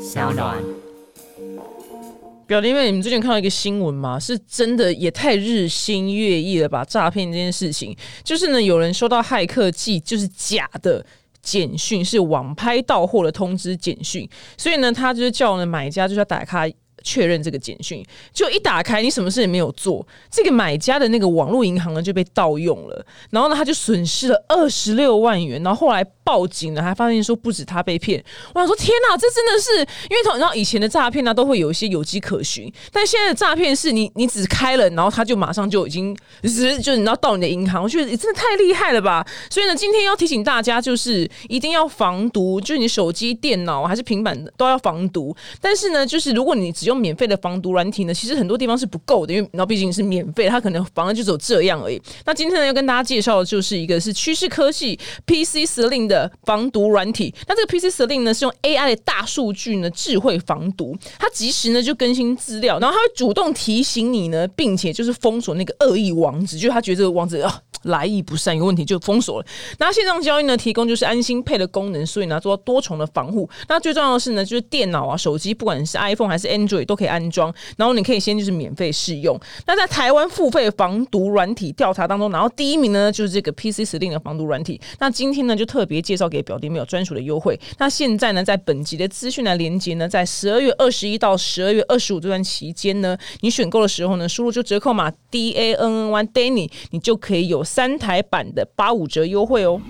小暖。 表弟妹，你们最近看到一个新闻吗？是真的也太日新月异了吧！诈骗这件事情，就是呢，有人收到骇客寄就是假的简讯，是网拍到货的通知简讯，所以呢，他就是叫呢买家就是要打开确认这个简讯，就一打开，你什么事也没有做，这个买家的那个网络银行呢就被盗用了，然后呢他就损失了26万元，然后后来报警了，还发现说不止他被骗。我想说天哪，这真的是因为你知道以前的诈骗呢都会有一些有迹可循，但现在的诈骗是你只开了，然后他就马上就已经就你知道到你的银行，我觉得真的太厉害了吧！所以呢，今天要提醒大家，就是一定要防毒，就是你手机、电脑还是平板都要防毒。但是呢，就是如果你只用免费的防毒软体呢，其实很多地方是不够的，因为然后毕竟是免费，它可能防的就只有这样而已。那今天呢，要跟大家介绍的就是一个是趋势科技 PC Sling 的防毒软体。那这个 PC Sling 呢是用 AI 的大数据呢智慧防毒，它及时呢就更新资料，然后它会主动提醒你呢，并且就是封锁那个恶意网址，就是他觉得这个网址来意不善有问题就封锁了。那线上交易呢提供就是安心配的功能，所以呢做到多重的防护。那最重要的是呢，就是电脑啊、手机，不管是 iPhone 还是 Android 都可以安装，然后你可以先就是免费试用。那在台湾付费防毒软体调查当中，然后第一名呢就是这个 PC Sling 的防毒软体。那今天呢就特别介绍给表弟妹有专属的优惠。那现在呢在本集的资讯的连结呢，在12月21到12月25这段期间呢，你选购的时候呢，输入就折扣码 DANNY， 你就可以有3台版的85折优惠哦。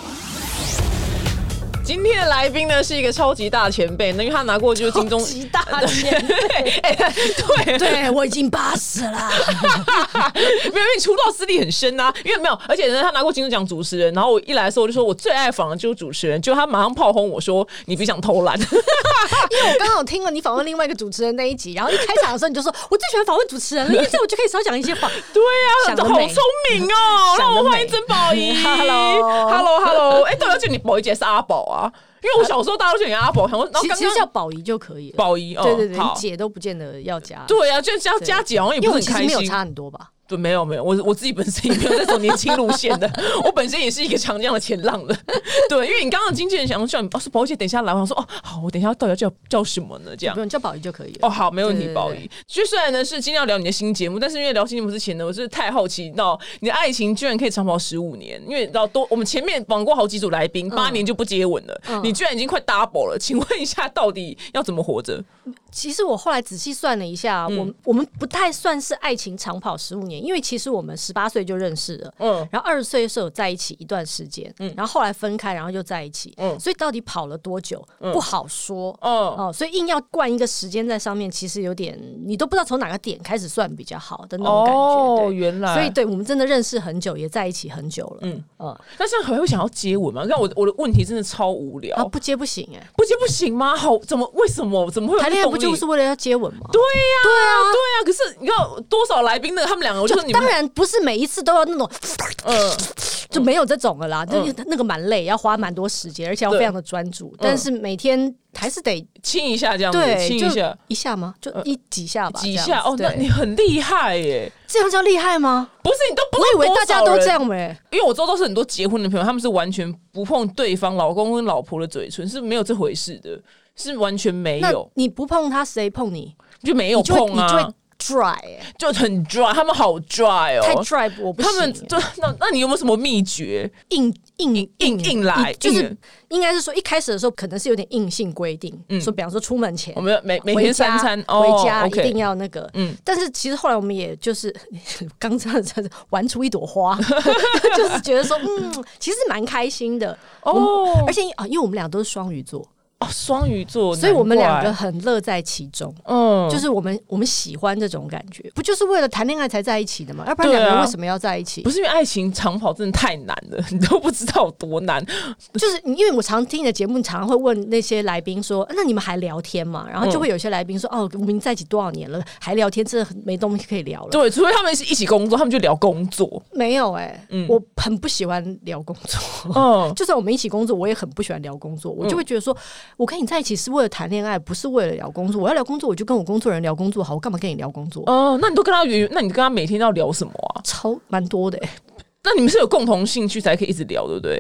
今天的来宾呢是一个超级大前辈，因为他拿过就是金钟超级大前辈，对，我已经80了， 没有，因为你出道资历很深啊，因为没有，而且呢，他拿过金钟奖主持人，然后我一来的时候我就说我最爱访的就是主持人，结果他马上炮轰我说你别想偷懒， 因为我刚刚有听了你访问另外一个主持人那一集，然后一开场的时候你就说我最喜欢访问主持人了，因为这我就可以少讲一些话。 对啊，好聪明哦，让我们欢迎曾宝仪。Hello， 到底要叫你宝仪姐还是阿宝啊？因为我小时候大家都叫你阿宝，然后其实叫宝仪就可以了。 宝仪， 对，你姐都不见得要加。 对啊，就加姐好像也不是很开心， 因为我其实没有差很多吧。 对，没有，我自己本身也没有在走年轻路线的，我本身也是一个强将的前浪的。对，因为你刚刚经纪人想叫你说宝姐等一下来，我说好，我等一下到底要叫什么呢？这样不用叫宝仪就可以了。 好，没问题，宝仪。就虽然呢是今天要聊你的新节目，但是因为聊新节目之前呢，我是太好奇到你的爱情居然可以长跑15年，因为我们前面访过好几组来宾，8年就不接吻了，你居然已经快 double 了，请问一下，到底要怎么活着？ 其实我后来仔细算了一下，我们不太算是爱情长跑15年，因为其实我们18岁就认识了，然后20岁的时候有在一起一段时间，然后后来分开，然后又在一起，所以到底跑了多久不好说，所以硬要灌一个时间在上面，其实有点你都不知道从哪个点开始算比较好的那种感觉。 原来， 所以对我们真的认识很久，也在一起很久了。 那这样还会想要接吻吗？看我的问题真的超无聊， 不接不行不接不行吗？好，为什么会有谈恋爱不就是为了要接吻吗？ 对呀，可是你看多少来宾他们两个，我就说你们当然不是每一次都要那种，就没有这种了啦。那个蛮累，要花蛮多时间，而且要非常的专注。但是每天还是得亲一下这样子，亲一下吗？就几下吧， 几下哦。那你很厉害耶， 这样叫厉害吗？ 不是，你都不， 我以为大家都这样因为我周遭是很多结婚的朋友，他们是完全不碰对方老公跟老婆的嘴唇，是没有这回事的，是完全没有。 你不碰他，谁碰你？ 就没有碰啊， 你就会 dry， 就很 dry， 他们好 dry 哦， 太 dry 我不行。 他们就那你有没有什么秘诀？硬来， 就是应该是说一开始的时候可能是有点硬性规定，说比方说出门前我们每天3餐回家一定要那个，但是其实后来我们也就是刚这样子玩出一朵花，就是觉得说其实蛮开心的而且因为我们俩都是双鱼座。 双鱼座， 所以我们两个很乐在其中。就是我们喜欢这种感觉，不就是为了谈恋爱才在一起的吗？要不然两个人为什么要在一起？ 不是因为爱情长跑真的太难了，你都不知道有多难。 就是因为我常听你的节目，你常常会问那些来宾说：“那你们还聊天吗？”然后就会有些来宾说：“我们在一起多少年了，还聊天，真的没东西可以聊了。” 对，除非他们是一起工作，他们就聊工作。 没有我很不喜欢聊工作。就算我们一起工作，我也很不喜欢聊工作。我就会觉得说，我跟你在一起是为了谈恋爱，不是为了聊工作。我要聊工作，我就跟我工作人聊工作好，我干嘛跟你聊工作？ 那你都跟他那你跟他每天要聊什么啊？ 蛮多的那你们是有共同兴趣才可以一直聊，对不对？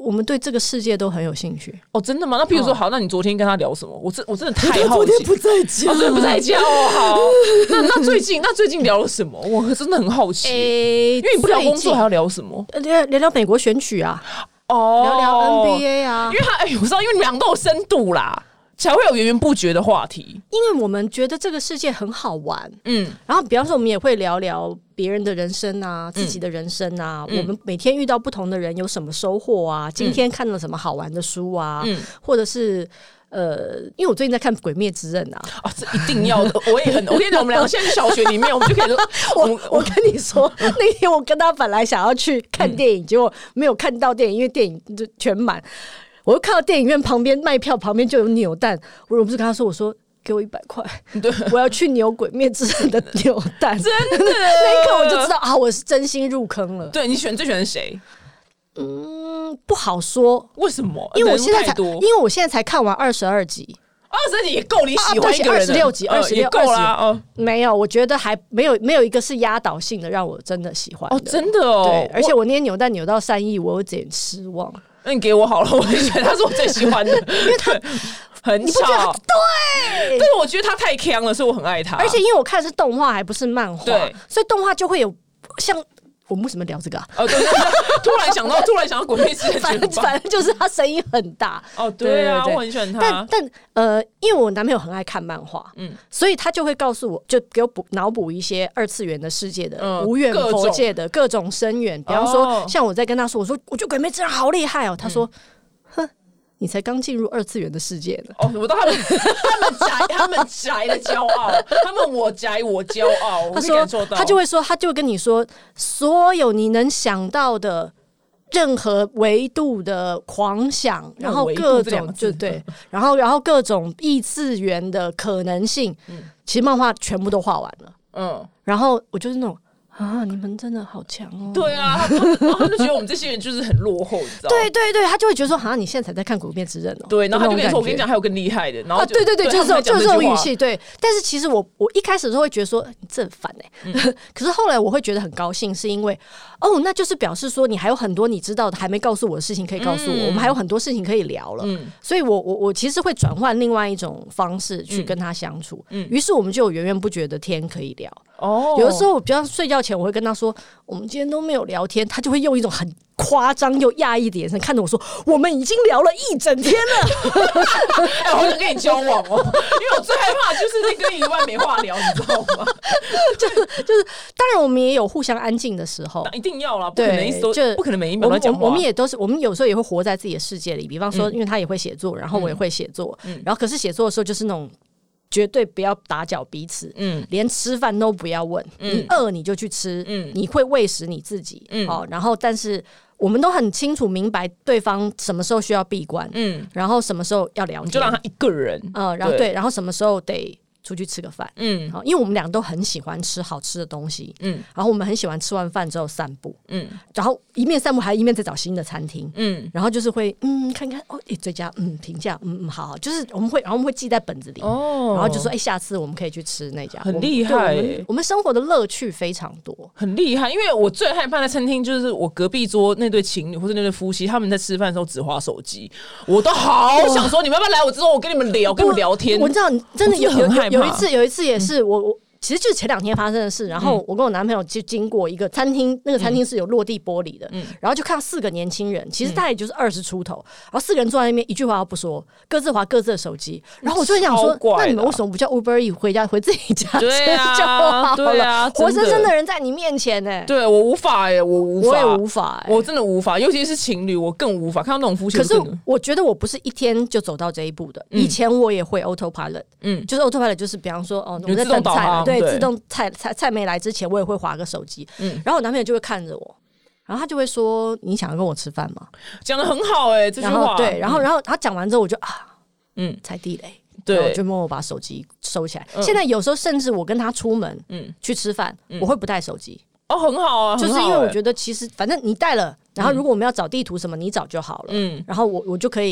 我们对这个世界都很有兴趣。 哦，真的吗？那譬如说，好，那你昨天跟他聊什么？我真的太好奇。 昨天不在家， 昨天不在家哦。好，那最近聊了什么？我真的很好奇。因为你不聊工作，还要聊什么？ 聊美国选举啊，聊聊 NBA 啊。 因为我知道，因为你们俩都有深度啦。才会有源源不绝的话题， 因为我们觉得这个世界很好玩，然后比方说我们也会聊聊别人的人生啊，自己的人生啊，我们每天遇到不同的人有什么收获啊，今天看了什么好玩的书啊，或者是因为我最近在看《鬼灭之刃》啊， 这一定要的，我跟你讲，我们两个现在是小学里面，我们就可以说， 我跟你说，那天我跟他本来想要去看电影，结果没有看到电影，因为电影就全满。我就看到电影院旁边卖票旁边就有扭蛋，我不是跟他说，我说给我100块，我要去扭《鬼灭之刃》的扭蛋， 真的， 那一刻我就知道啊，我是真心入坑了。 对，你最喜欢谁？ 不好说， 为什么？ 因为我现在才看完22集。 22集也够你喜欢一个人的 ，26集，26 也够啦。 没有，我觉得还没有一个是压倒性的让我真的喜欢的。 真的哦。 对，而且我那天扭蛋扭到3亿，我有点失望。 那你给我好了，我就觉得他是我最喜欢的，因为他很吵，对，但是我觉得他太强了，所以我很爱他。 而且因为我看的是动画，还不是漫画， 对， 所以动画就会有像。我们为什么聊这个啊？ 对，突然想到《鬼灭之刃》， 反正就是他声音很大。 对啊，我很喜欢他。 但因为我男朋友很爱看漫画，所以他就会告诉我，就给我脑补一些2次元的世界的无远佛界的各种深远。比方说，像我在跟他说，我说我觉得《鬼灭之刃》好厉害哦，他说，哼。你才刚进入2次元的世界呢！ 我到他们宅的骄傲，他们我宅我骄傲。他说， 他就会跟你说，所有你能想到的任何维度的狂想，然后各种对，然后各种异次元的可能性，其实漫画全部都画完了。然后我就是那种。你们真的好强哦！ 对啊，他就觉得我们这些人就是很落后，你知道吗？ 对，他就会觉得说，你现在才在看《鬼灭之刃》哦。 对，然后他就跟你说，我跟你讲，还有更厉害的。然后对，就是这种语气。对，但是其实我一开始都会觉得说，你这很烦哎。可是后来我会觉得很高兴，是因为那就是表示说，你还有很多你知道的还没告诉我的事情可以告诉我，我们还有很多事情可以聊了。所以我其实会转换另外一种方式去跟他相处。于是我们就有源源不绝的天可以聊。有的时候，比方睡觉前，我会跟他说：“我们今天都没有聊天。”他就会用一种很夸张又讶异的眼神看着我说：“我们已经聊了1整天了。” 我想跟你交往哦，因为我最害怕就是那跟一万没话聊，你知道吗？ 就是，当然我们也有互相安静的时候， 一定要啦，不可能不可能每一秒都讲话。 我们也都是，我们有时候也会活在自己的世界里。比方说，因为他也会写作，然后我也会写作，然后可是写作的时候就是那种。绝对不要打搅彼此，连吃饭都不要问，你饿你就去吃，你会喂食你自己，然后但是我们都很清楚明白对方什么时候需要闭关，然后什么时候要聊天， 你就让他一个人， 然后对，然后什么时候得出去吃个饭，因为我们俩都很喜欢吃好吃的东西，然后我们很喜欢吃完饭之后散步，然后一面散步还一面在找新的餐厅，然后就是会看看这家评价好，就是我们会记在本子里，然后就说下次我们可以去吃那家， 很厉害， 我们生活的乐趣非常多， 很厉害。因为我最害怕在餐厅就是我隔壁桌那对情侣或者那对夫妻，他们在吃饭的时候只滑手机，我都好想说你们要不要来我之后我跟你们聊，跟你们聊天。 我知道你真的很害怕。 有一次也是我其实就是前2天发生的事，然后我跟我男朋友就经过一个餐厅，那个餐厅是有落地玻璃的，然后就看到4个年轻人，其实大概就是20出头，然后4个人坐在那边一句话都不说，各自滑各自的手机，然后我就很想说，那你们为什么不叫 Uber Eats 回自己家吃就好了？对啊，活生生的人在你面前呢。 对，我无法我也无法我真的无法，尤其是情侣，我更无法看到那种夫妻。 可是我觉得我不是一天就走到这一步的，以前我也会 Autopilot，就是 Autopilot 就是比方说我们在等菜，对，自动菜没来之前，我也会滑个手机，然后我男朋友就会看着我，然后他就会说：“你想要跟我吃饭吗？” 讲得很好这句话。 对，然后他讲完之后，我就踩地雷，对，然后就默默把手机收起来。现在有时候甚至我跟他出门，去吃饭，我会不带手机。 很好啊， 就是因为我觉得其实反正你带了，然后如果我们要找地图什么，你找就好了。然后我就可以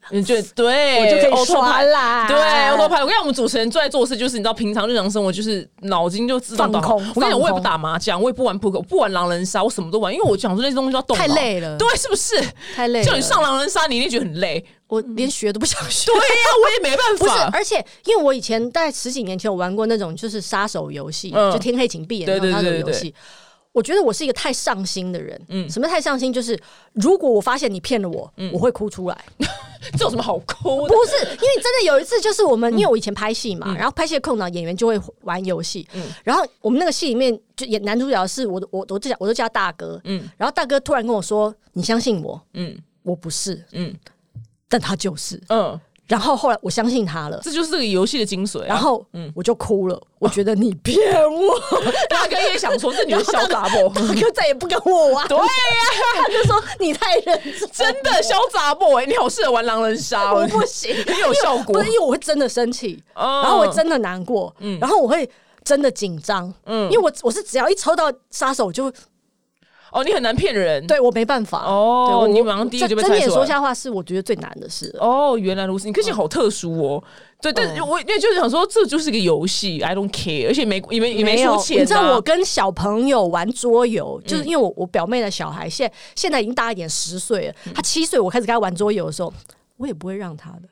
你觉得对， 我就可以刷啦。 对，Autopilot。我跟你讲，我们主持人最爱做的事就是，你知道，平常日常生活就是脑筋就自动放空。 我跟你讲，我也不打麻将，我也不玩扑克，我不玩狼人杀，我什么都玩，因为我想说那些东西要动脑， 太累了。 对，是不是？ 太累了。 叫你上狼人杀，你一定觉得很累。 我连学都不想学。 对呀，我也没办法。 不是，而且因为我以前大概10几年前我玩过那种就是杀手游戏，就天黑请闭眼那种杀手游戏。我觉得我是一个太上心的人。什么太上心？就是如果我发现你骗了我，我会哭出来。 这有什么好哭的？ 不是，因为真的有一次，就是我们因为我以前拍戏嘛，然后拍戏的空档演员就会玩游戏，然后我们那个戏里面就演男主角是我都叫他大哥，然后大哥突然跟我说：“你相信我？”我不是，但他就是，然后后来我相信他了， 这就是这个游戏的精髓啊。 然后我就哭了，我觉得你骗我。 大哥也想说这女的小杂货， 大哥再也不跟我玩。 对呀， 他就说你太认真， 真的小杂货你好适合玩狼人杀， 我不行， 很有效果。 因为我会真的生气，然后我会真的难过，然后我会真的紧张，因为我是只要一抽到杀手就。 哦，你很难骗人， 对我没办法哦。你马上第一个就被猜出来。 睁眼说瞎话是我觉得最难的事哦，原来如此，你个性好特殊哦。对，但是我因为就是想说，这就是个游戏 ，I don't care， 而且也没收钱。 你知道我跟小朋友玩桌游，就是因为我表妹的小孩现在已经大一点，10岁了。他7岁，我开始跟他玩桌游的时候，我也不会让他的。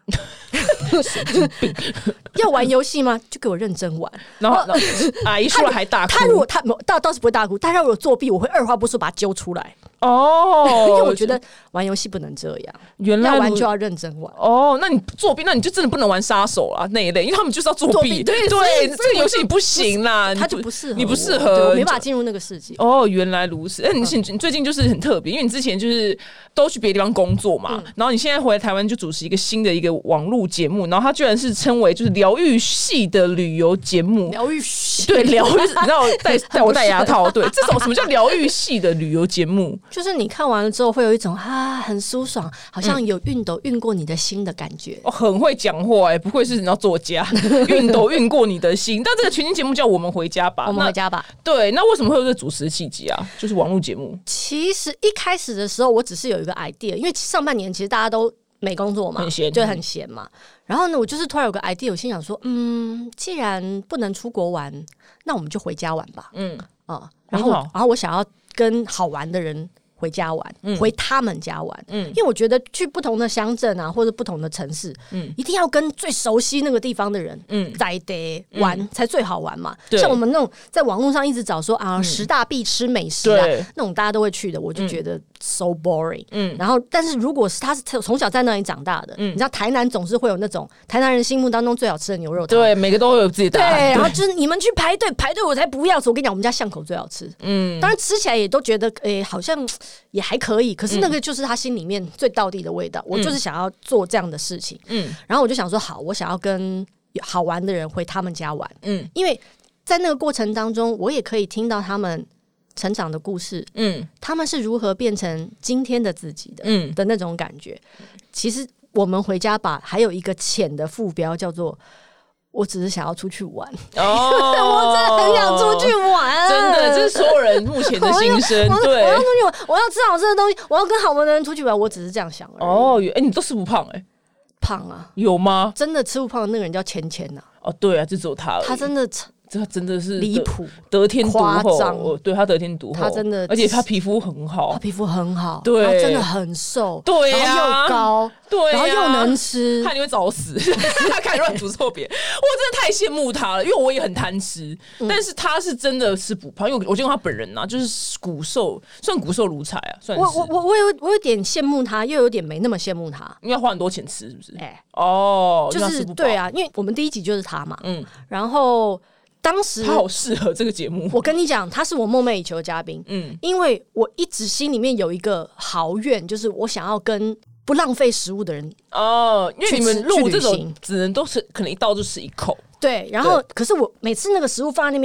要玩游戏吗？就给我认真玩。然后阿姨输了还大哭。 他如果倒是不会大哭，但他如果作弊，我会二话不说把他揪出来。 哦， 因为我觉得玩游戏不能这样，原来要玩就要认真玩。 哦，那你作弊，那你就真的不能玩杀手啦那一类，因为他们就是要作弊。对，这个游戏你不行啦， 他就不适合， 你不适合， 我没办法进入那个世界。 哦，原来如此。你最近就是很特别，因为你之前就是都去别的地方工作嘛，然后你现在回来台湾就主持一个新的一个网络节目，然后它居然是称为就是疗愈系的旅游节目。 疗愈系， 对，疗愈，你知道带我戴牙套，对，这种什么叫疗愈系的旅游节目？ 就是你看完了之后会有一种很舒爽，好像有熨斗熨过你的心的感觉。 很会讲话不愧是你知道作家，熨斗熨过你的心。但这个全新节目叫《我们回家吧》， 我们回家吧。对， 那为什么会有这个主持的契机啊？就是网络节目。 其实一开始的时候，我只是有一个 idea， 因为上半年其实大家都没工作嘛，就很闲嘛。然后呢，我就是突然有个 idea， 我心想说，既然不能出国玩，那我们就回家玩吧。然后我想要跟好玩的人回家玩，回他们家玩，因为我觉得去不同的乡镇啊，或者不同的城市，一定要跟最熟悉那个地方的人在地玩才最好玩嘛。像我们那种在网络上一直找说10大必吃美食啊，那种大家都会去的，我就觉得 so boring。然后，但是如果是他是从小在那里长大的，你知道台南总是会有那种台南人心目当中最好吃的牛肉汤， 对，每个都会有自己的答案。 对，然后就是你们去排队，我才不要。我跟你讲，我们家巷口最好吃。当然吃起来也都觉得，好像也还可以。可是那个就是他心里面最道地的味道。我就是想要做这样的事情。然后我就想说，好，我想要跟好玩的人回他们家玩。因为在那个过程当中，我也可以听到他们成长的故事。他们是如何变成今天的自己的。的那种感觉。其实我们回家吧，还有一个浅的副标叫做。我只是想要出去玩，我真的很想出去玩， 真的，这是所有人目前的心声。对， 我要出去玩，我要吃好吃的东西，我要跟好玩的人出去玩，我只是这样想而已。 你都吃不胖胖啊？ 有吗？ 真的吃不胖的那个人叫芊芊呐。 对啊，就只有他了。 他真的。 这真的是离谱， 得天独厚。对，他得天独厚， 他真的， 而且他皮肤很好， 对，他真的很瘦， 对呀， 然后又高， 对， 然后又能吃， 他一定会早死。他开始乱诅咒别人，我真的太羡慕他了，因为我也很贪吃，但是他是真的吃不胖，因为我见过他本人啊，就是骨瘦，算骨瘦如柴啊，算是。 我有点羡慕他，又有点没那么羡慕他， 因为要花很多钱吃，是不是？ 就是对啊，因为我们第一集就是他嘛，然后。当时他好适合这个节目， 我跟你讲，他是我梦寐以求的嘉宾。因为我一直心里面有一个豪愿，就是我想要跟不浪费食物的人因为你们录这种只能都是可能一道就吃一口。 对，然后可是我每次那个食物放在那边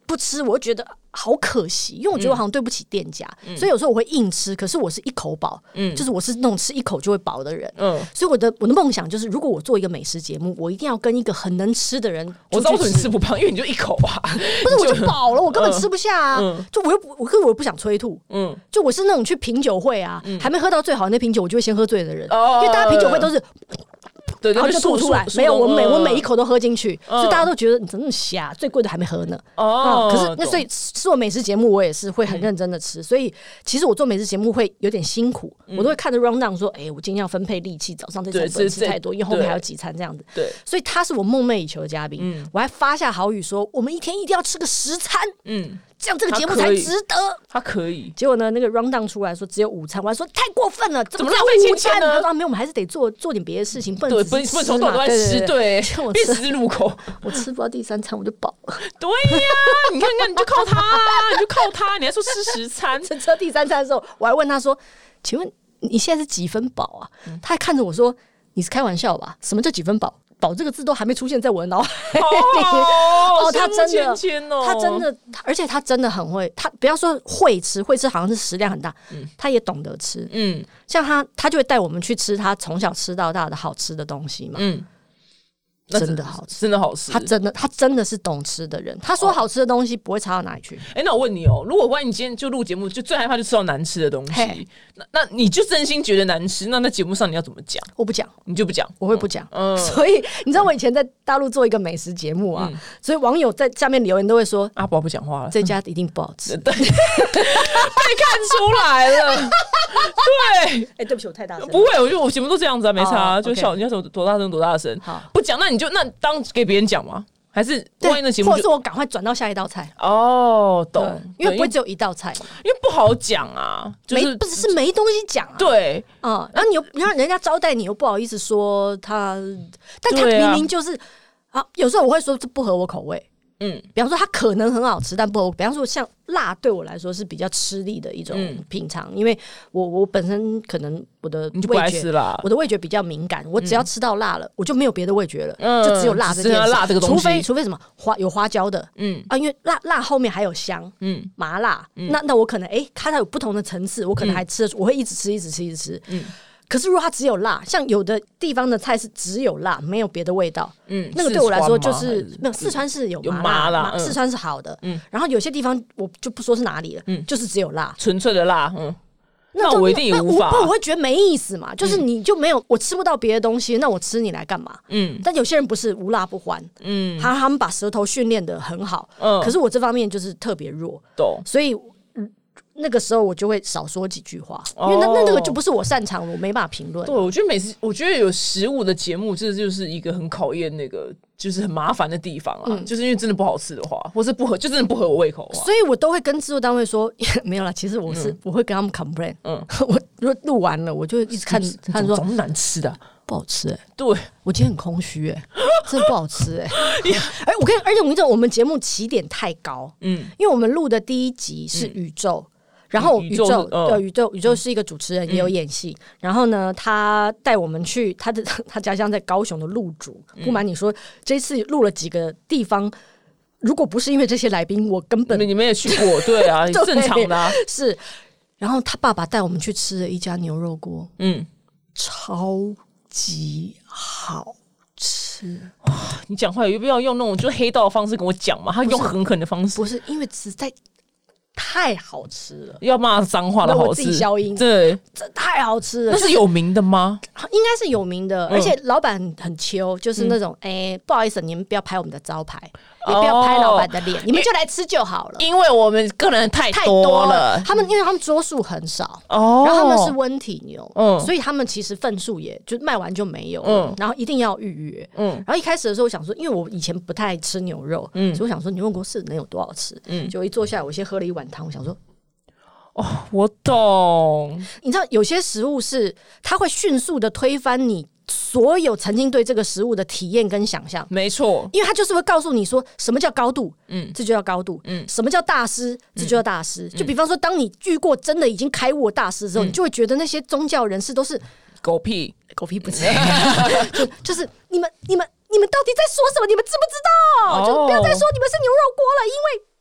不吃，我就觉得好可惜，因为我觉得我好像对不起店家，所以有时候我会硬吃。可是我是一口饱，就是我是那种吃一口就会饱的人。所以我的梦想就是，如果我做一个美食节目，我一定要跟一个很能吃的人。 我知道为什么你吃不胖，因为你就一口啊， 不是我就饱了，我根本吃不下啊。就我又不想催吐，就我是那种去品酒会啊，还没喝到最好的那瓶酒，我就会先喝醉的人，因为大家品酒会都是。然后就吐出来，没有，我每一口都喝进去，所以大家都觉得你怎么那么瞎，最贵的还没喝呢。可是那所以吃我美食节目，我也是会很认真的吃，所以其实我做美食节目会有点辛苦，我都会看着 round down 说，我今天要分配力气，早上这餐不能吃太多，因为后面还有几餐这样子。对，所以他是我梦寐以求的嘉宾，我还发下豪语说，我们一天一定要吃个10餐。这样这个节目才值得。 他可以， 结果呢，那个 round down 出来说只有5餐，我还说太过分了，怎么浪费5餐呢？他说没有，我们还是得做点别的事情，不能从头都在吃，对，变死入口。 我吃不到第3餐我就饱了。 对呀，你看看，你就靠他，你还说吃10餐， 吃第3餐的时候，我还问他说：“请问你现在是几分饱啊？”他还看着我说：“你是开玩笑吧？什么叫几分饱？”饱这个字都还没出现在我的脑海里。他真的，而且他真的很会。他不要说会吃好像是食量很大，他也懂得吃。像他就会带我们去吃他从小吃到大的好吃的东西嘛。真的好吃， 真的好吃。 他真的是懂吃的人。他说好吃的东西不会差到哪里去。 那我问你如果万一你今天就录节目，就最害怕就吃到难吃的东西，那你就真心觉得难吃，那节目上你要怎么讲？ 我不讲， 你就不讲， 我会不讲。所以你知道我以前在大陆做一个美食节目啊，所以网友在下面留言都会说阿宝不讲话了， 这家一定不好吃。 被看出来了。对， 对不起，我太大声。 不会，我觉得我节目都这样子啊，没差，就笑，你要说多大声多大声。不讲，那你就当给别人讲吗？还是万一那节目， 或者是我赶快转到下一道菜？ 懂， 因为不会只有一道菜， 因为不好讲啊，就是不是没东西讲啊。 对， 然后你让人家招待你，又不好意思说他，但他明明就是有时候我会说这不合我口味。比方说它可能很好吃，但不合。比方说像辣对我来说是比较吃力的一种品尝，因为我本身可能我的味觉比较敏感，我只要吃到辣了，我就没有别的味觉了，就只有辣这件事。 辣这个东西， 除非什么有花椒的，因为辣后面还有香，麻辣，那我可能它有不同的层次，我可能还吃得出，我会一直吃。可是如果它只有辣，像有的地方的菜是只有辣，没有别的味道，那个对我来说就是没有。四川是有麻辣，四川是好的，然后有些地方我就不说是哪里了，就是只有辣， 纯粹的辣，那我一定也无法。 我会觉得没意思嘛，就是你就没有，我吃不到别的东西，那我吃你来干嘛？但有些人不是无辣不欢，他们把舌头训练得很好，可是我这方面就是特别弱，所以。那个时候我就会少说几句话，因为那个就不是我擅长，我没办法评论。 对，我觉得我觉得有食物的节目，这就是一个很考验那个，就是很麻烦的地方啊。就是因为真的不好吃的话，或是不合，就真的不合我胃口啊。 所以我都会跟制作单位说，没有啦。其实我会跟他们 complain。我如果录完了，我就一直看他说怎么难吃的， 不好吃。 对， 我今天很空虚真的不好吃而且我跟你讲，我们节目起点太高，因为我们录的第1集是宇宙。然后宇宙是一个主持人，也有演戏。然后呢，他带我们去他家乡在高雄的鹿竹。不瞒你说，这次录了几个地方，如果不是因为这些来宾，我根本你们也去过，对啊，正常的是。然后他爸爸带我们去吃了一家牛肉锅，超级好吃。 你讲话有必要用那种就黑道的方式跟我讲吗？他用很狠的方式， 不是因为实在。太好吃了， 要骂脏话的好吃， 我自己消音。 对， 这太好吃了。 那是有名的吗？ 应该是有名的，而且老板很秋，就是那种不好意思，你们不要拍我们的招牌，也不要拍老板的脸，你们就来吃就好了。 因为我们个人太多了， 因为他们桌数很少，然后他们是温体牛，所以他们其实份数也就卖完就没有了，然后一定要预约。然后一开始的时候我想说，因为我以前不太吃牛肉，所以我想说牛肉锅是能有多好吃。就一坐下来，我先喝了一碗汤，我想说。 我懂。 你知道有些食物是它会迅速的推翻你所有曾经对这个食物的体验跟想象。 没错， 因为它就是会告诉你说什么叫高度，这就叫高度，什么叫大师，这就叫大师。就比方说，当你遇过真的已经开悟的大师之后，你就会觉得那些宗教人士都是狗屁不是就是你们到底在说什么？你们知不知道？就不要再说你们是牛肉锅了，因为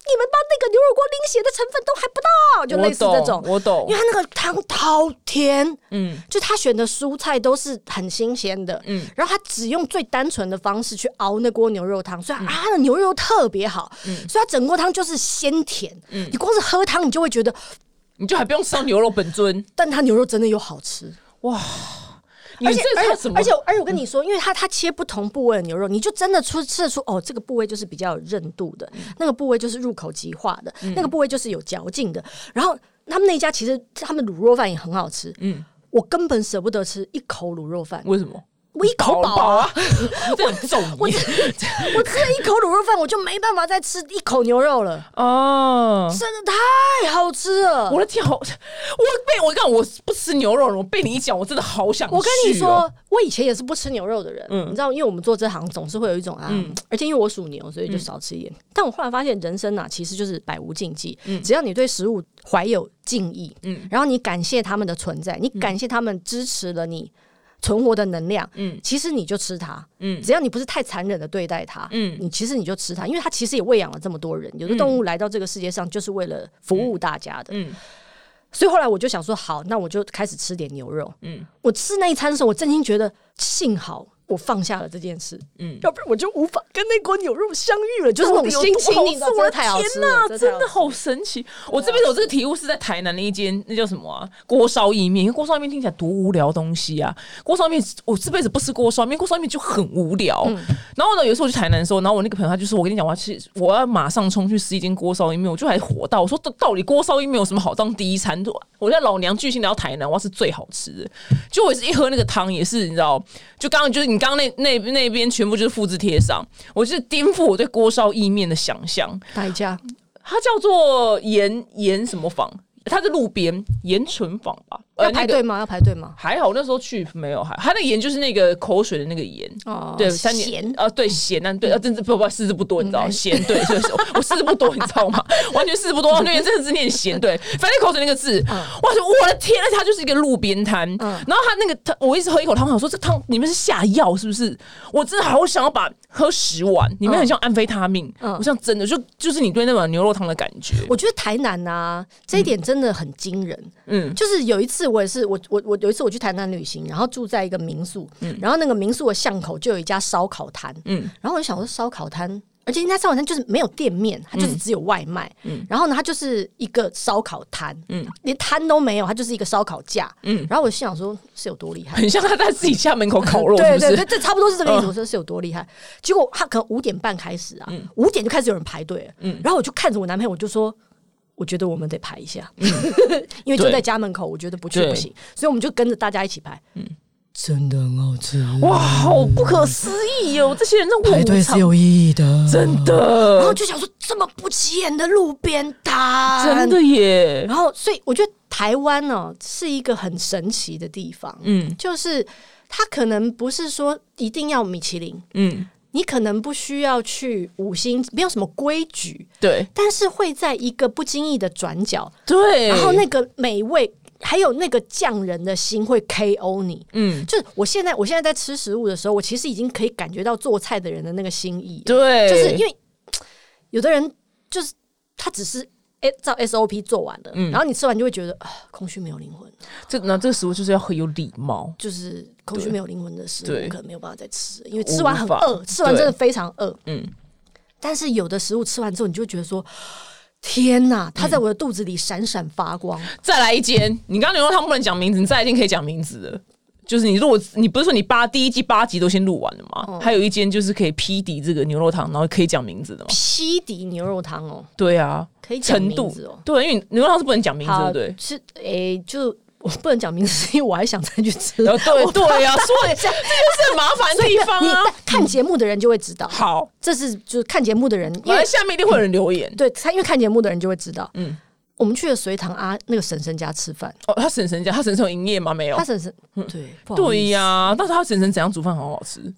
你们把那个牛肉锅淋血的成分都还不到，就类似这种。 我懂， 因为它那个汤超甜，就他选的蔬菜都是很新鲜的，然后他只用最单纯的方式去熬那锅牛肉汤，所以它的牛肉特别好，所以它整锅汤就是鲜甜。你光是喝汤，你就会觉得， 你就还不用烧牛肉本尊， 但它牛肉真的又好吃哇！而且我跟你说，因为它切不同部位的牛肉，你就真的吃得出哦，这个部位就是比较有韧度的，那个部位就是入口即化的，那个部位就是有嚼劲的。然后他们那家其实他们卤肉饭也很好吃，我根本舍不得吃一口卤肉饭， 为什么？ 我一口饱啊！ 这样揍你！ 我吃了一口卤肉饭，我就没办法再吃一口牛肉了。哦，真的太好吃了！ 我的天，我不吃牛肉了，我被你一讲，我真的好想去。 我跟你说，我以前也是不吃牛肉的人，你知道，因为我们做这行总是会有一种而且因为我属牛，所以就少吃一点。但我后来发现，人生其实就是百无禁忌，只要你对食物怀有敬意，然后你感谢他们的存在，你感谢他们支持了你存活的能量，其实你就吃它，只要你不是太残忍的对待它，其实你就吃它，因为它其实也喂养了这么多人，有的动物来到这个世界上就是为了服务大家的，所以后来我就想说，好，那我就开始吃点牛肉。我吃那一餐的时候，我真心觉得幸好我放下了这件事，要不然我就无法跟那锅牛肉相遇了，就是那种心情。 我的天哪，真的好神奇！我这边有这个体悟是在台南的一间，那叫什么啊？锅烧意面。锅烧意面听起来多无聊的东西啊！锅烧面，我这辈子不吃锅烧面，锅烧面就很无聊。然后呢，有一次我去台南的时候，然后我那个朋友他就说：“我跟你讲，我要马上冲去吃一间锅烧意面。”我就还火到，我说：“到底锅烧意面有什么好当第一餐？我在老娘巨星来到台南，我要吃最好吃的。”就我也是一喝那个汤，也是你知道，就刚刚就是你刚刚那边全部就是复制贴上，我就是颠覆我对锅烧意面的想象。 哪一家？ 它叫做盐什么坊，它是路边盐醇坊吧？ 要排队吗？要排队吗？ 还好，那时候去没有，它那个盐就是那个口水的那个盐，对，3年咸对咸，但对真的不识字不多，你知道咸对，我识字不多，你知道吗？完全识字不多，那边真的是念咸对，反正口水那个字，哇，我的天，它就是一个路边摊，然后它那个我一直喝一口汤，我想说这汤里面是下药是不是？我真的好想要喝10碗，里面很像安非他命，我想真的就是你对那碗牛肉汤的感觉。 我觉得台南这一点真的很惊人，就是有一次我也是我有一次我去台南旅行，然后住在一个民宿，然后那个民宿的巷口就有一家烧烤摊，然后我就想说烧烤摊，而且那家烧烤摊就是没有店面，它就是只有外卖，然后呢它就是一个烧烤摊，连摊都没有，它就是一个烧烤架，然后我心想说是有多厉害， 很像他在自己家门口烤肉， 对对对，这差不多是这个意思。我说是有多厉害，结果他可能5点半开始5点就开始有人排队了，然后我就看着我男朋友，我就说。我觉得我们得排一下，因为就在家门口，我觉得不去不行，所以我们就跟着大家一起排。真的很好吃， 哇，好不可思议哦！这些人在排队是有意义的， 真的。 然后就想说，这么不起眼的路边摊， 真的耶。 然后，所以我觉得台湾是一个很神奇的地方，就是它可能不是说一定要米其林，你可能不需要去5星，没有什么规矩， 对， 但是会在一个不经意的转角， 对， 然后那个美味，还有那个匠人的心会 KO 你，就是我现在在吃食物的时候，我其实已经可以感觉到做菜的人的那个心意， 对， 就是因为有的人就是他只是照 SOP 做完了，然后你吃完就会觉得空虚没有灵魂。 这个食物就是要很有礼貌， 就是空虚没有灵魂的食物，可能没有办法再吃，因为吃完很饿，吃完真的非常饿。但是有的食物吃完之后，你就会觉得说。天哪！它在我的肚子里闪闪发光。 再来一间，你刚刚牛肉汤不能讲名字，你再来一间可以讲名字的。就是你如果你不是说你第一季8集都先录完了吗？还有一间就是可以匹敌这个牛肉汤，然后可以讲名字的吗？ 匹敌牛肉汤哦， 对啊， 可以讲名字哦。 对，因为牛肉汤是不能讲名字，对不对？ 是就。我不能讲名字，因为我还想再去吃。 对呀，所以这就是很麻烦的地方啊。 看节目的人就会知道。 好， 这是就是看节目的人，因为下面一定会有人留言。 对，因为看节目的人就会知道。我们去了隋唐那个婶婶家吃饭。 他婶婶家，他婶婶有营业吗？没有。 他婶婶对呀，但是他婶婶怎样煮饭好好吃？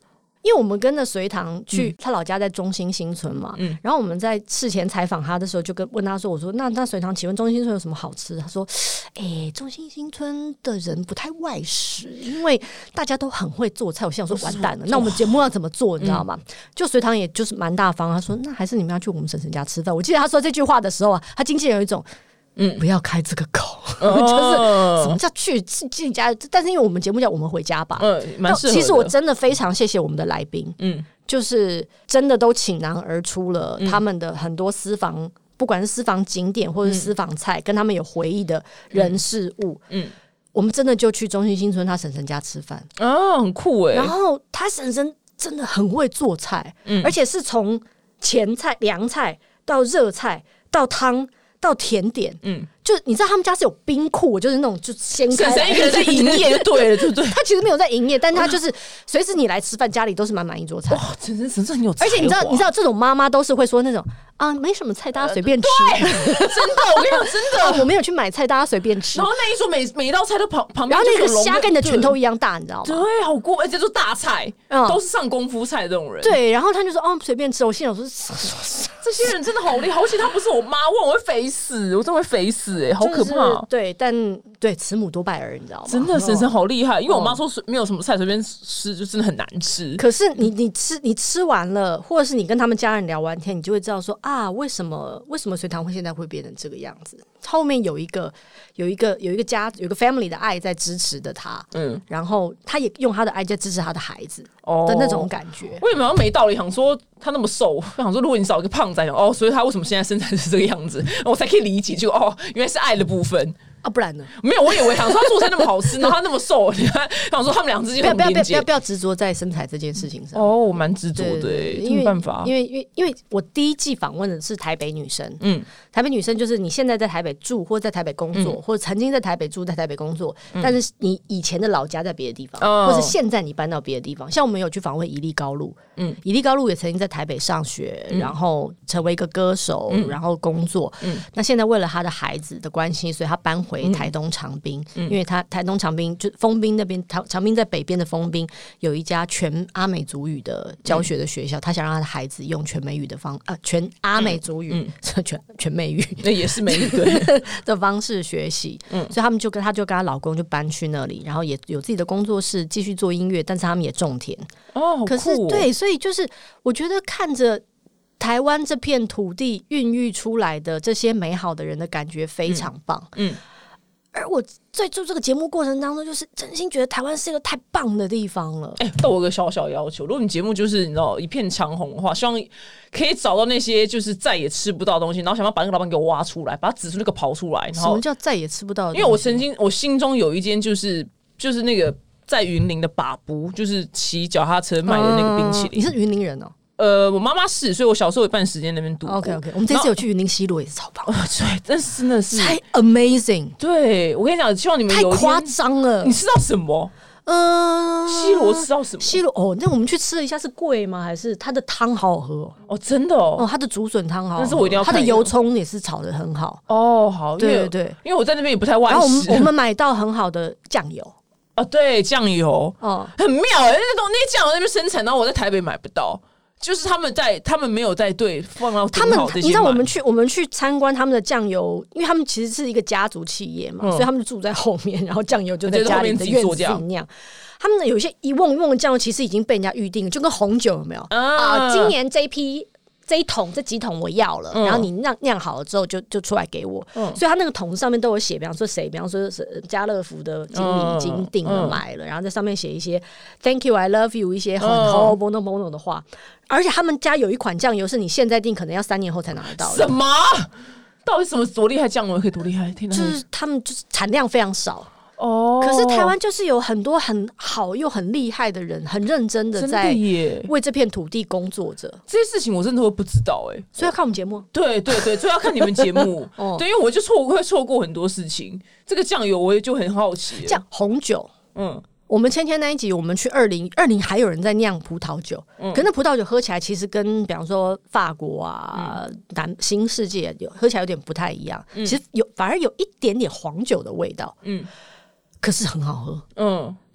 因为我们跟着隋棠去他老家在中兴新村嘛，然后我们在事前采访他的时候就问他说，我说那隋棠请问中兴新村有什么好吃？他说中兴新村的人不太外食，因为大家都很会做菜。我心想说完蛋了，那我们节目要怎么做你知道吗？就隋棠也就是蛮大方，他说那还是你们要去我们婶婶家吃饭。我记得他说这句话的时候啊，他经纪人有一种不要开这个口，就是什么叫去自己家？但是因为我们节目叫我们回家吧， 蛮适合的。 其实我真的非常谢谢我们的来宾，就是真的都倾囊而出了他们的很多私房，不管是私房景点或是私房菜，跟他们有回忆的人事物。我们真的就去中兴新村他婶婶家吃饭， 很酷欸。 然后他婶婶真的很会做菜，而且是从前菜、凉菜到热菜到汤到甜点，就你知道他们家是有冰库，就是那种就掀开， 婶婶一个人在营业就对了，对不对？ 他其实没有在营业，但他就是随时你来吃饭，家里都是满满一桌菜。 哇，婶婶很有才华。 而且你知道这种妈妈都是会说那种没什么菜，大家随便吃。 真的，我跟你讲，真的， 我没有去买菜，大家随便吃。 然后那一桌每一道菜都旁边， 然后那个虾跟你的拳头一样大，你知道吗？ 对，好过，而且都大菜，都是上功夫菜这种人。 对，然后他就说随便吃。我心想说， 这些人真的好厉害，而且他不是我妈，我会肥死，我真的会肥死，好可怕。 对，但对慈母多败儿，你知道吗？ 真的，婶婶好厉害，因为我妈说没有什么菜随便吃，就真的很难吃。 可是你吃完了，或者是你跟他们家人聊完天，你就会知道说为什么隋棠会现在会变成这个样子？后面有一个家有一个 family 的爱在支持的他，然后他也用他的爱在支持他的孩子的那种感觉。 为什么没道理？想说他那么瘦，我想说如果你少一个胖仔，所以他为什么现在身材是这个样子，我才可以理解，就原来是爱的部分。 不然呢？ 没有，我以为想说他做菜那么好吃，然后他那么瘦，你看，想说他们俩之间很连结。 不要执着在身材这件事情上。 我蛮执着的，没办法。 因为我第一季访问的是台北女生，台北女生就是你现在在台北住，或者在台北工作，或者曾经在台北住，在台北工作，但是你以前的老家在别的地方，或者现在你搬到别的地方。像我们有去访问宜丽高露，宜丽高露也曾经在台北上学，然后成为一个歌手，然后工作。那现在为了他的孩子的关系，所以他搬回台东长滨，因为他台东长滨就丰滨那边，长滨在北边的丰滨有一家全阿美族语的教学的学校，他想让他的孩子用全美语的全阿美族语，全美语， 那也是美语对的方式学习，所以他们就跟她老公就搬去那里，然后也有自己的工作室继续做音乐，但是他们也种田。 好酷可是对，所以就是我觉得看着台湾这片土地孕育出来的这些美好的人的感觉非常棒。而我在做这个节目过程当中，就是真心觉得台湾是一个太棒的地方了。 但我有个小小要求，如果你节目就是你知道一片长虹的话，希望可以找到那些就是再也吃不到的东西，然后想要把那个老板给我挖出来，把它指出那个刨出来。然后什么叫再也吃不到的东西？ 因为我心中有一间就是那个在云林的把布，就是骑脚踏车卖的那个冰淇淋。 你是云林人哦？ 我妈妈是，所以我小时候有一半时间那边度过。 OK， 我们这次有去云林西螺也是超棒。 对，但是真的是太 amazing。 对，我跟你讲，希望你们有太夸张了。 你吃到什么？西螺吃到什么？ 西螺那我们去吃了一下，是贵吗？还是它的汤好好喝？ 真的它的竹笋汤好喝， 但是我一定要看它的油葱也是炒得很好。 好， 对， 因为我在那边也不太外食。 然后我们买到很好的酱油。 对，酱油很妙那些酱油那边生产，然后我在台北买不到。就是他们没有在放到他们，你知道我们去参观他们的酱油，因为他们其实是一个家族企业嘛，所以他们就住在后面，然后酱油就在家里的院子里酿。他们有一些一瓮的酱油，其实已经被人家预定了，就跟红酒有没有今年这几桶我要了，然后你酿好了之后就出来给我，所以他那个桶上面都有写，比方说家乐福的经理已经订了买了，然后在上面写一些 Thank you I love you 一些很bono 的话，而且他们家有一款酱油是你现在订可能要3年后才拿得到的。 什么？到底什么多厉害酱油可以多厉害？ 就是他们就是产量非常少。可是台湾就是有很多很好又很厉害的人，很认真的在为这片土地工作着。 这些事情我真的会不知道所以要看我们节目。 对，所以要看你们节目。对，因为我就会错过很多事情。这个酱油我也就很好奇。 这样红酒，我们前那一集我们去2020还有人在酿葡萄酒，可是那葡萄酒喝起来其实跟比方说法国新世界喝起来有点不太一样，其实反而有一点点黄酒的味道。可是很好喝。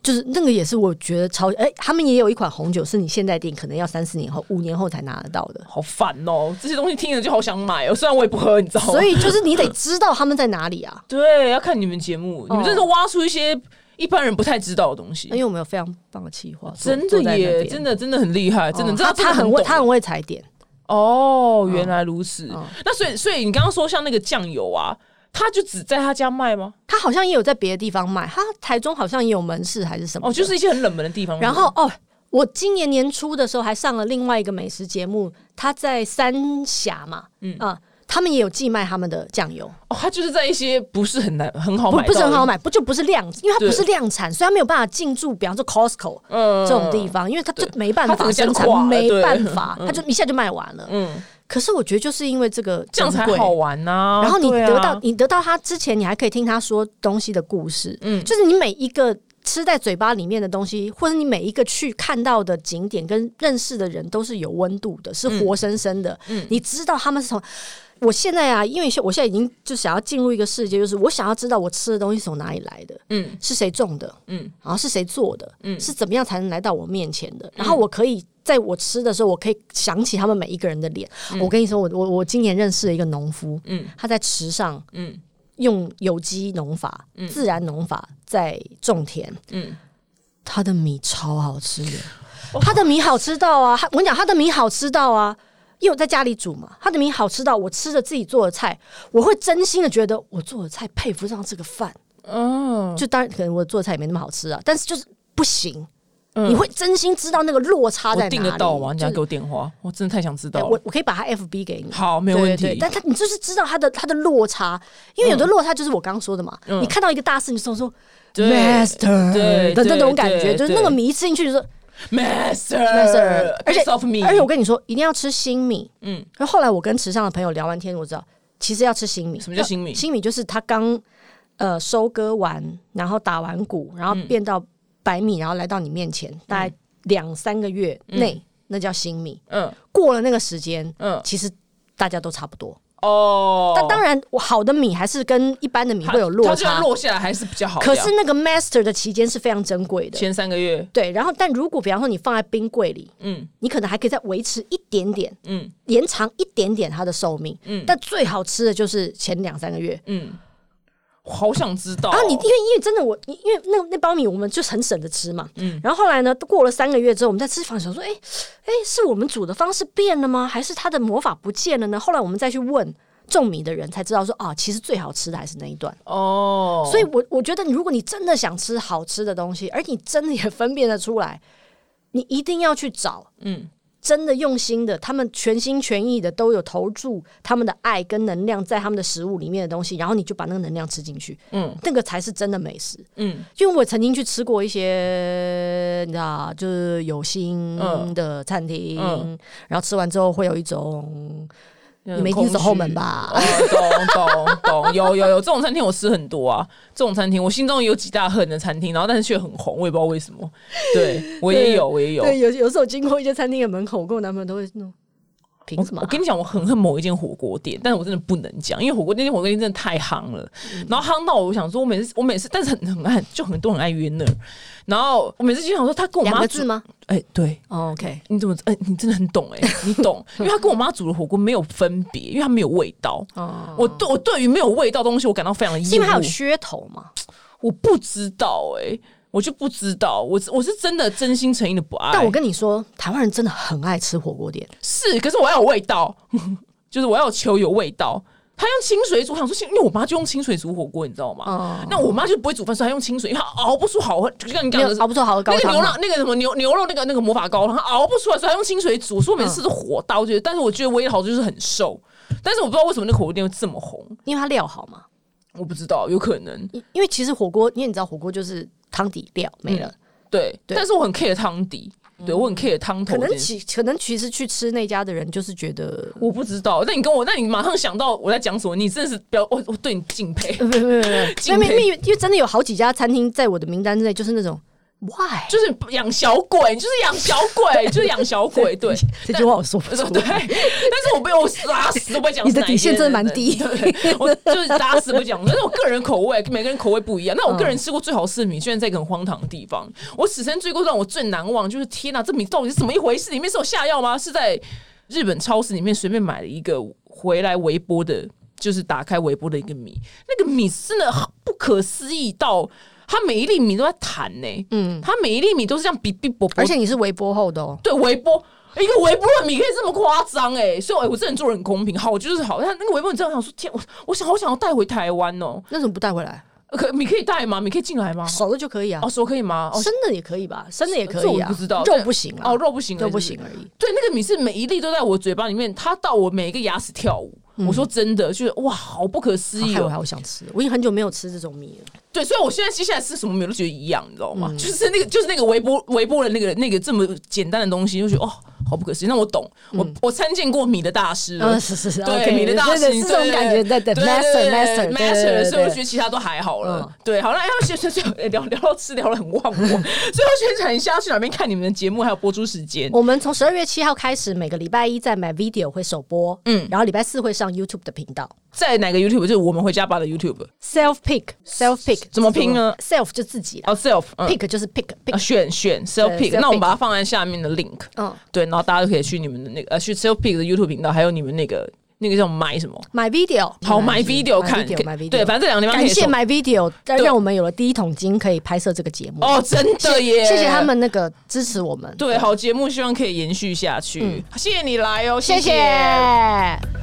就是那个也是我觉得他们也有一款红酒是你现在订可能要3-4年后、5年后才拿得到的， 好烦哦！这些东西听着就好想买哦，虽然我也不喝，你知道吗？ 所以就是你得知道他们在哪里啊。 对，要看你们节目，你们真的挖出一些一般人不太知道的东西。 因为我们有非常棒的企划， 真的耶，真的很厉害，真的， 他很会踩点。 哦，原来如此。那所以你刚刚说像那个酱油啊。他就只在他家卖吗？ 他好像也有在别的地方卖，他台中好像也有门市还是什么？ 就是一些很冷门的地方。 然后我今年年初的时候还上了另外一个美食节目，他在三峡嘛，他们也有寄卖他们的酱油。 他就是在一些不是很好买， 不是很好买，不是量，因为它不是量产，所以它没有办法进驻，比方说 Costco 这种地方，因为它就没办法生产，没办法，它就一下就卖完了。可是我觉得就是因为这个这样才好玩啊！ 然后你得到它之前，你还可以听他说东西的故事，就是你每一个吃在嘴巴里面的东西，或者你每一个去看到的景点跟认识的人都是有温度的，是活生生的。你知道他们是从我现在啊，因为我现在已经就想要进入一个世界，就是我想要知道我吃的东西是从哪里来的，是谁种的，然后是谁做的，是怎么样才能来到我面前的，然后我可以。在我吃的时候，我可以想起他们每一个人的脸。我跟你说，我今年认识了一个农夫，他在池上，用有机农法、自然农法在种田，他的米超好吃的，他的米好吃到啊！我跟你讲，他的米好吃到啊！因为我在家里煮嘛，他的米好吃到我吃着自己做的菜，我会真心的觉得我做的菜配不上这个饭。就当然可能我做的菜也没那么好吃啊，但是就是不行。你会真心知道那个落差在哪里？ 我订得到吗？你要给我电话，我真的太想知道了。 我可以把他 FB 给你。 好，没有问题。 对，但你就是知道他的落差，因为有的落差就是我刚刚说的嘛。你看到一个大事，你说 Master 的那种感觉，就是那个米一吃进去就是 Master， 而且我跟你说，一定要吃新米。然后后来我跟池上的朋友聊完天，我知道其实要吃新米。 什么叫新米？ 新米就是他刚收割完，然后打完谷，然后变到白米，然后来到你面前，大概2-3个月内，那叫新米。过了那个时间，其实大家都差不多。但当然，好的米还是跟一般的米会有落差， 它就落下来还是比较好。 可是那个 master 的期间是非常珍贵的， 前3个月。 对，然后但如果比方说你放在冰柜里，你可能还可以再维持一点点，延长一点点它的寿命。但最好吃的就是前2-3个月。 好想知道啊！因为真的因为那包米我们就很省着吃嘛。然后后来呢，过了3个月之后，我们在吃饭想说，是我们煮的方式变了吗？还是它的魔法不见了呢？后来我们再去问种米的人，才知道说其实最好吃的还是那一段。所以我觉得，如果你真的想吃好吃的东西，而你真的也分辨得出来，你一定要去找。真的用心的，他们全心全意的都有投注他们的爱跟能量在他们的食物里面的东西，然后你就把那个能量吃进去，那个才是真的美食。因为我曾经去吃过一些你知道就是有心的餐厅，然后吃完之后会有一种你没听走后门吧？ 懂，有这种餐厅我吃很多啊。这种餐厅我心中有几大恨的餐厅，然后但是却很红，我也不知道为什么。对我也有。 对，有时候经过一些餐厅的门口，我跟我男朋友都会那种。凭什么？ 我跟你讲，我很恨某一间火锅店，但是我真的不能讲，因为那间火锅店真的太夯了。然后夯到我想说，我每次，但是很爱，就很多人爱约那儿。然后我每次就想说，他跟我妈 2个字吗？ 对 ，OK， 你怎么？你真的很懂你懂，因为他跟我妈煮的火锅没有分别，因为他没有味道。我对于没有味道的东西，我感到非常的厌恶。 是因为它有噱头吗？ 我不知道我就不知道，我是真的真心诚意的不爱。 但我跟你说，台湾人真的很爱吃火锅店， 是，可是我要有味道，就是我要求有味道。他用清水煮，我想说，因为我妈就用清水煮火锅，你知道吗？那我妈就不会煮饭，所以她用清水，因为她熬不出好，就像你讲的， 熬不出好的高汤。 那个什么牛肉那个魔法高汤，她熬不出来，所以她用清水煮。所以我每次吃都火大，但是我觉得唯一的好处就是很瘦。但是我不知道为什么那个火锅店会这么红， 因为它料好嘛？ 我不知道，有可能。 因为其实火锅，因为你知道火锅就是汤底料没了， 对。但是我很 care 汤底。对，我很 care 汤头。 可能其实去吃那家的人就是觉得我不知道。那你马上想到我在讲什么？你真的是不要我对你敬佩。 没有，因为真的有好几家餐厅在我的名单之内，就是那种 Why？ 就是养小鬼，就是养小鬼，就是养小鬼。对， 这句话我说不出来。 对，但是我打死都不会讲。 你的底线真的蛮低。 对，我就是打死不讲。但是我个人口味，每个人口味不一样。那我个人吃过最好吃的米，虽然在一个很荒唐的地方，我此生追过让我最难忘，就是天哪，这米到底是怎么一回事？里面是有下药吗？是在日本超市里面随便买了一个回来微波的，就是打开微波的一个米，那个米真的不可思议到。它每一粒米都在弹呢，它每一粒米都是这样比比啵啵， 而且你是微波后的哦， 对，微波一个微波的米可以这么夸张所以我这人做人很公平，好就是好。那个微波你这样想说，天，我好想要带回台湾哦， 那怎么不带回来？ 米可以带吗？米可以进来吗？ 熟的就可以啊。 熟可以吗？ 生的也可以吧，生的也可以啊。 我不知道， 肉不行啊。 肉不行， 肉不行而已。 对，那个米是每一粒都在我嘴巴里面，它到我每一个牙齿跳舞。我说真的，就是哇，好不可思议我好想吃，我已经很久没有吃这种米了。 对，所以我现在接下来吃什么米我都觉得一样，你知道吗？就是那个微波的那个这么简单的东西，就觉得好不可思议。那我懂，我参见过米的大师了， 是， 对，米的大师是这种感觉，对 master， 所以我觉得其他都还好了。对，好，那要聊到吃，聊得很忘我。最后宣传一下，去哪边看你们的节目，还有播出时间。 我们从12月7号开始，每个礼拜一在 MyVideo 会首播，然后礼拜4会上 YouTube 的频道。 在哪个 YouTube？ 就是我们回家吧的 YouTube。 Self pick 怎么拼呢 ？Self 就自己啦 ，self pick 就是 pick 选 self pick。那我们把它放在下面的 link。对，然后大家都可以去你们的那个去 self pick 的 YouTube 频道，还有你们那个叫买什么 MyVideo。 好，MyVideo 看。对，反正这两个地方可以。 感谢 MyVideo，让我们有了第一桶金可以拍摄这个节目。 真的耶！ 谢谢他们那个支持我们。 对，好节目希望可以延续下去。谢谢你来哦， 谢谢。